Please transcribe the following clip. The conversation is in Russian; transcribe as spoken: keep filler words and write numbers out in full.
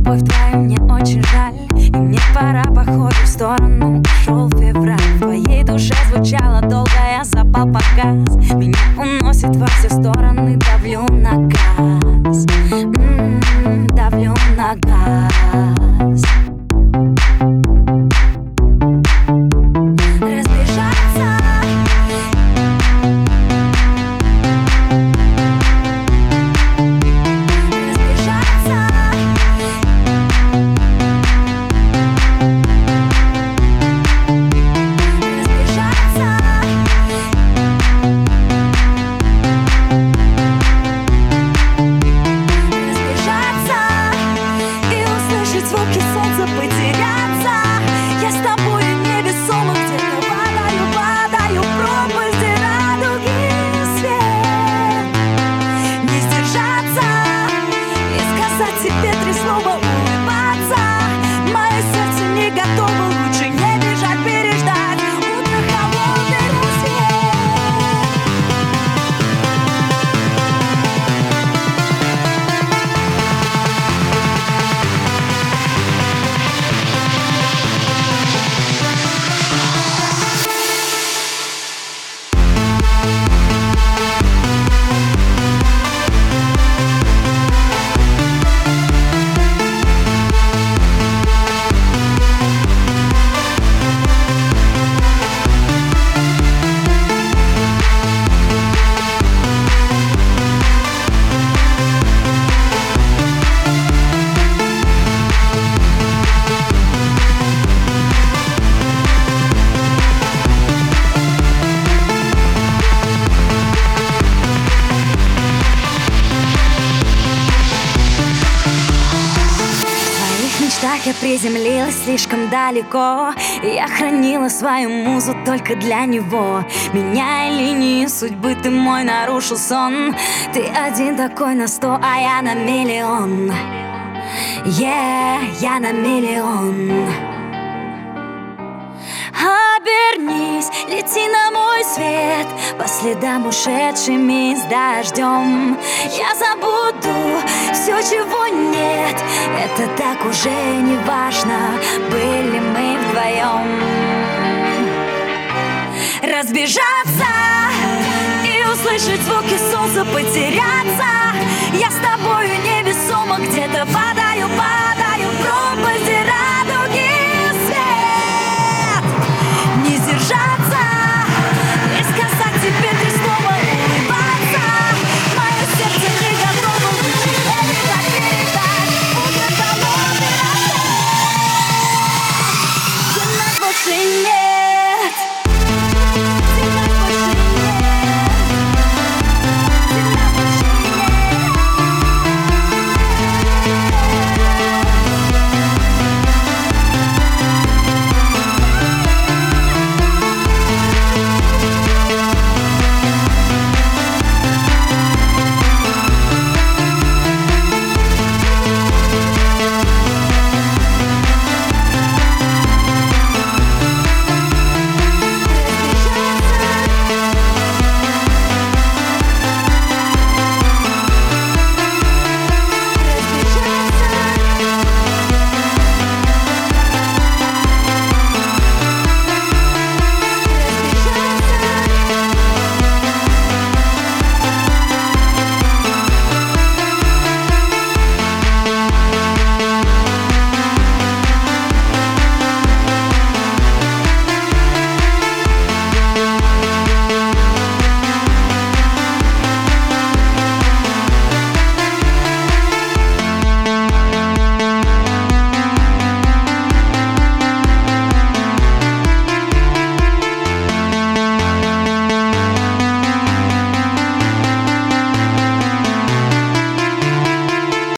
любовь твою мне очень жаль, и мне пора, походу, в сторону. Ушел февраль, в твоей душе звучало долго, я запал погас. Меня уносит во все стороны, давлю на газ, м-м, давлю на газ. Разбежаться, звуки солнца, потеряться. Я с тобой невесомо где-то падаю, падаю в пропасть, где радуги свет. Не сдержаться и сказать себе три слова, улыбаться. Мое сердце не готово, лучше не бежать, переждать утро, холодный рассвет. Я приземлилась слишком далеко, и я хранила свою музу только для него. Меняя линии судьбы, ты мой нарушил сон. Ты один такой на сто, а я на миллион. Yeah, я на миллион. Обернись, лети на мой свет, по следам ушедшими с дождем. Я забуду все, чего нет, это так уже не важно, были мы вдвоем. Разбежаться и услышать звуки солнца, потеряться. Я с тобою не